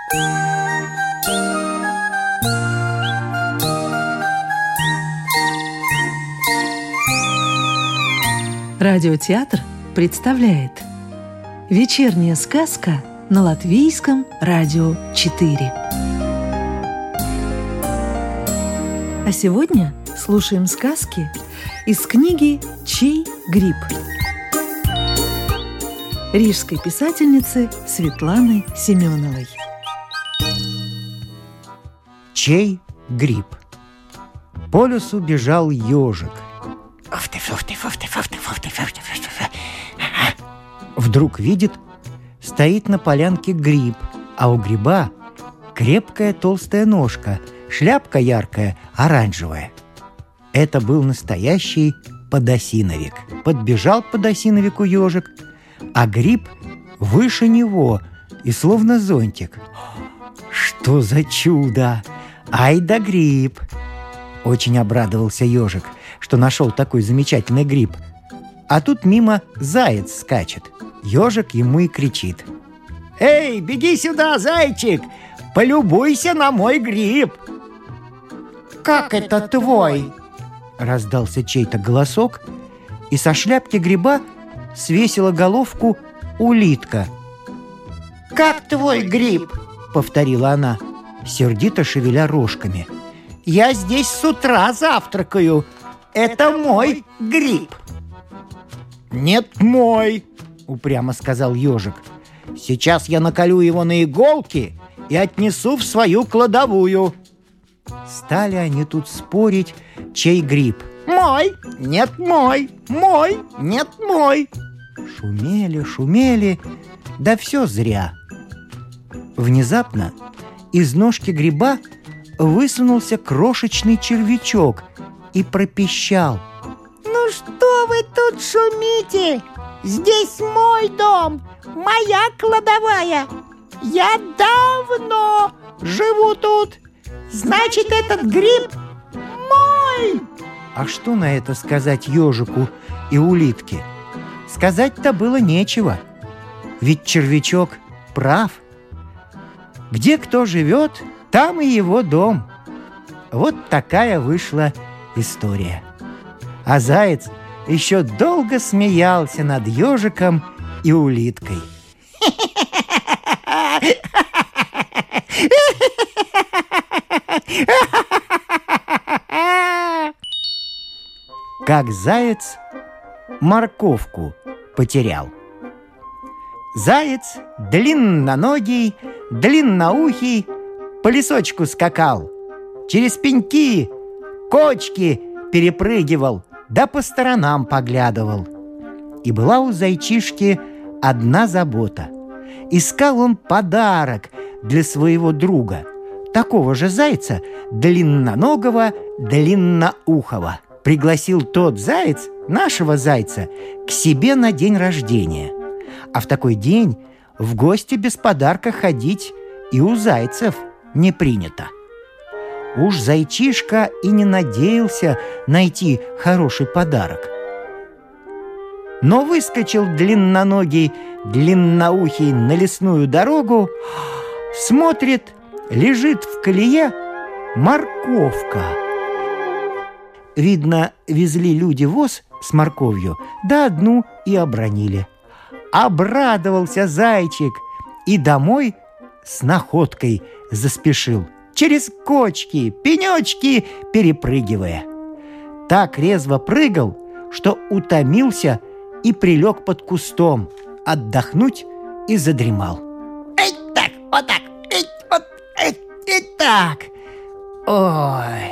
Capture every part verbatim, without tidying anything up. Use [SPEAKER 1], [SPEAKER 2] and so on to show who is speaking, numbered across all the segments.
[SPEAKER 1] Радиотеатр представляет «Вечерняя сказка» на Латвийском радио четыре. А сегодня слушаем сказки из книги «Чей гриб» рижской писательницы Светланы Семеновой.
[SPEAKER 2] Чей гриб? По лесу бежал ежик. Вдруг видит, стоит на полянке гриб, а у гриба крепкая толстая ножка, шляпка яркая, оранжевая. Это был настоящий подосиновик. Подбежал к подосиновику ежик, а гриб выше него и словно зонтик. Что за чудо! Ай да гриб! Очень обрадовался ежик, что нашел такой замечательный гриб. А тут мимо заяц скачет. Ежик ему и кричит: «Эй, беги сюда, зайчик! Полюбуйся на мой гриб!» «Как это твой?» Раздался чей-то голосок, и со шляпки гриба свесила головку улитка. «Как твой гриб?» — повторила она, сердито шевеля рожками. «Я здесь с утра завтракаю. Это мой гриб!» «Нет, мой!» — упрямо сказал ежик. «Сейчас я наколю его на иголки и отнесу в свою кладовую». Стали они тут спорить, чей гриб. «Мой! Нет, мой! Мой! Нет, мой!» Шумели, шумели, да все зря. Внезапно из ножки гриба высунулся крошечный червячок и пропищал: «Ну что вы тут шумите? Здесь мой дом, моя кладовая. Я давно живу тут. Значит, этот гриб мой!» А что на это сказать ежику и улитке? Сказать-то было нечего, ведь червячок прав. Где кто живет, там и его дом. Вот такая вышла история. А заяц еще долго смеялся над ежиком и улиткой. Как заяц морковку потерял. Заяц длинноногий, длинноухий по лесочку скакал, через пеньки, кочки перепрыгивал, да по сторонам поглядывал. И была у зайчишки одна забота. Искал он подарок для своего друга, такого же зайца, длинноногого, длинноухого. Пригласил тот заяц нашего зайца к себе на день рождения. А в такой день в гости без подарка ходить и у зайцев не принято. Уж зайчишка и не надеялся найти хороший подарок. Но выскочил длинноногий, длинноухий на лесную дорогу, смотрит, лежит в колее морковка. Видно, везли люди воз с морковью, да одну и обронили. Обрадовался зайчик и домой с находкой заспешил, через кочки, пенечки перепрыгивая. Так резво прыгал, что утомился и прилег под кустом отдохнуть и задремал. «Эй, так, вот так, эй, вот, эй, эй, так! Ой!»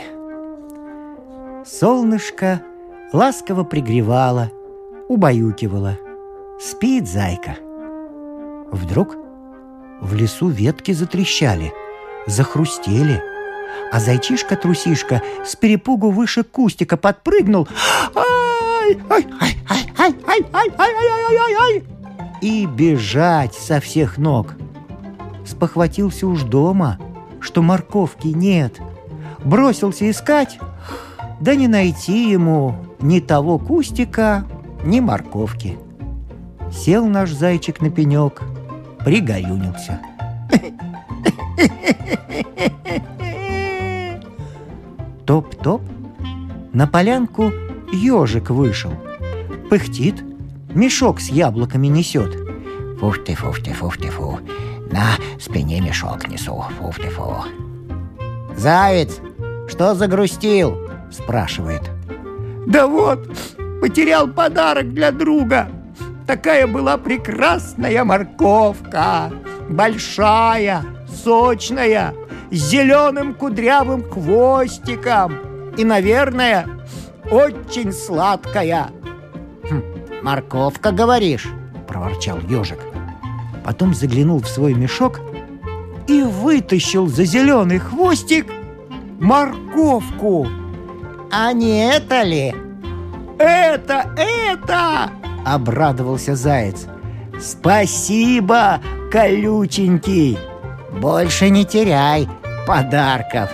[SPEAKER 2] Солнышко ласково пригревало, убаюкивало. Спит зайка. Вдруг в лесу ветки затрещали, захрустели, а зайчишка-трусишка с перепугу выше кустика подпрыгнул. Ай, ай, ай, ай, ай, ай, ай, ай, ай, ай, ай, и бежать со всех ног. Спохватился уж дома, что морковки нет. Бросился искать, да не найти ему ни того кустика, ни морковки. Сел наш зайчик на пенек, пригорюнился. Топ-топ, на полянку ежик вышел. Пыхтит, мешок с яблоками несет.
[SPEAKER 3] Фух ты, фух ты, фух ты, фу. На спине мешок несу, фух ты, фу.
[SPEAKER 2] «Заяц, что загрустил?» – спрашивает. «Да вот, потерял подарок для друга. Такая была прекрасная морковка, большая, сочная, с зеленым кудрявым хвостиком и, наверное, очень сладкая».
[SPEAKER 3] Хм, «Морковка, говоришь?» – проворчал ежик.
[SPEAKER 2] Потом заглянул в свой мешок и вытащил за зеленый хвостик морковку.
[SPEAKER 3] «А не это ли?»
[SPEAKER 2] «Это, это!» – обрадовался заяц. «Спасибо, колюченький!»
[SPEAKER 3] «Больше не теряй подарков!»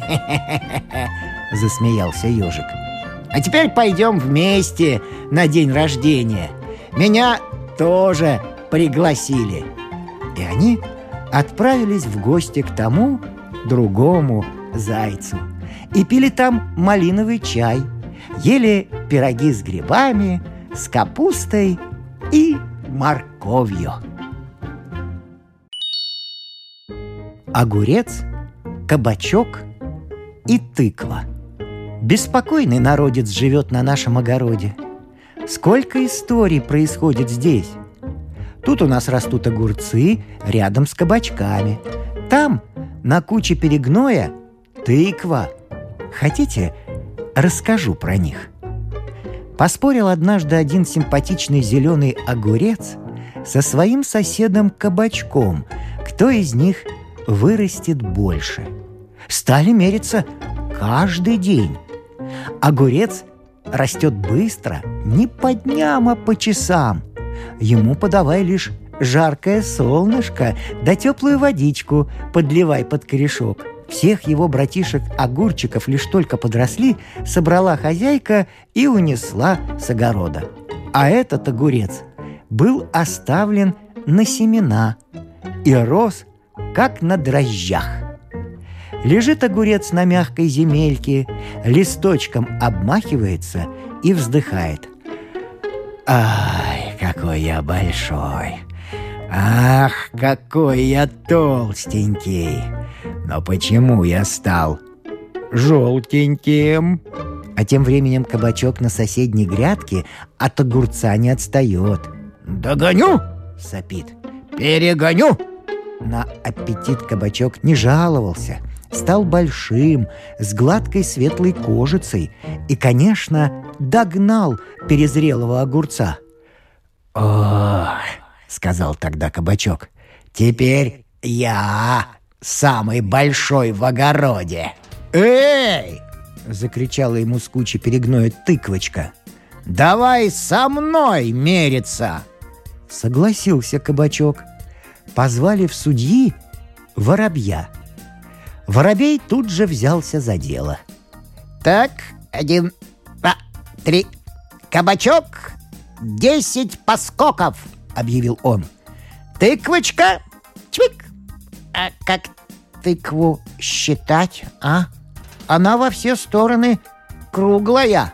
[SPEAKER 2] – засмеялся ежик. «А теперь пойдем вместе на день рождения. Меня тоже пригласили». И они отправились в гости к тому, другому зайцу. И пили там малиновый чай, ели пироги с грибами, с капустой и морковью. Огурец, кабачок и тыква. Беспокойный народец живет на нашем огороде. Сколько историй происходит здесь. Тут у нас растут огурцы рядом с кабачками. Там, на куче перегноя, тыква. Хотите, расскажу про них? Поспорил однажды один симпатичный зеленый огурец со своим соседом кабачком, кто из них вырастет больше. Стали мериться каждый день. Огурец растет быстро, не по дням, а по часам. Ему подавай лишь жаркое солнышко да теплую водичку подливай под корешок. Всех его братишек-огурчиков лишь только подросли, собрала хозяйка и унесла с огорода. А этот огурец был оставлен на семена и рос, как на дрожжах. Лежит огурец на мягкой земельке, листочком обмахивается и вздыхает. «Ай, какой я большой! Ах, какой я толстенький! Но почему я стал желтеньким?» А тем временем кабачок на соседней грядке от огурца не отстает. «Догоню!» — сопит. «Перегоню!» На аппетит кабачок не жаловался. Стал большим, с гладкой светлой кожицей и, конечно, догнал перезрелого огурца. «Ох!» — сказал тогда кабачок. «Теперь я самый большой в огороде!» «Эй!» — закричала ему с кучи перегноя тыквочка. «Давай со мной мериться!» Согласился кабачок. Позвали в судьи воробья. Воробей тут же взялся за дело. «Так, один, два, три. Кабачок, десять поскоков!» — объявил он. «Тыквочка, чвик! А как тыкву считать, а? Она во все стороны круглая».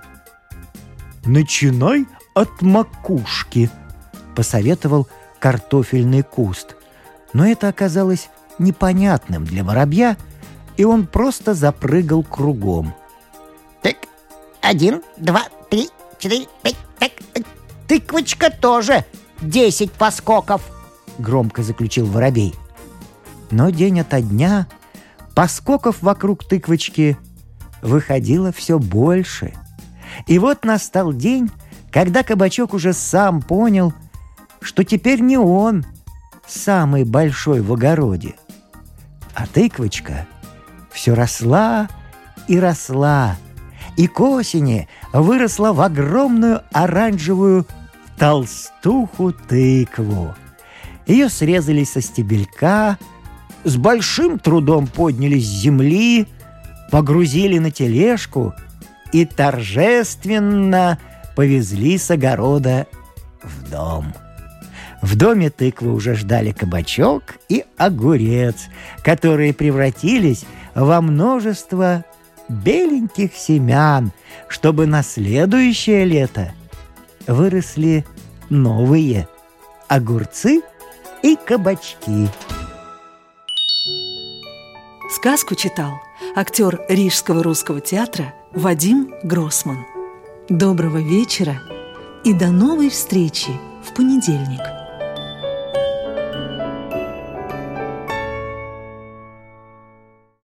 [SPEAKER 2] «Начинай от макушки», — посоветовал картофельный куст. Но это оказалось непонятным для воробья, и он просто запрыгал кругом. «Так, один, два, три, четыре, пять, так, тыквочка тоже десять поскоков», — громко заключил воробей. Но день ото дня поскоков вокруг тыквочки выходило все больше. И вот настал день, когда кабачок уже сам понял, что теперь не он самый большой в огороде. А тыквочка все росла и росла, и к осени выросла в огромную оранжевую толстуху-тыкву. Ее срезали со стебелька, с большим трудом подняли с земли, погрузили на тележку и торжественно повезли с огорода в дом. В доме тыквы уже ждали кабачок и огурец, которые превратились во множество беленьких семян, чтобы на следующее лето выросли новые огурцы и кабачки.
[SPEAKER 1] Сказку читал актер Рижского русского театра Вадим Гроссман. Доброго вечера и до новой встречи в понедельник.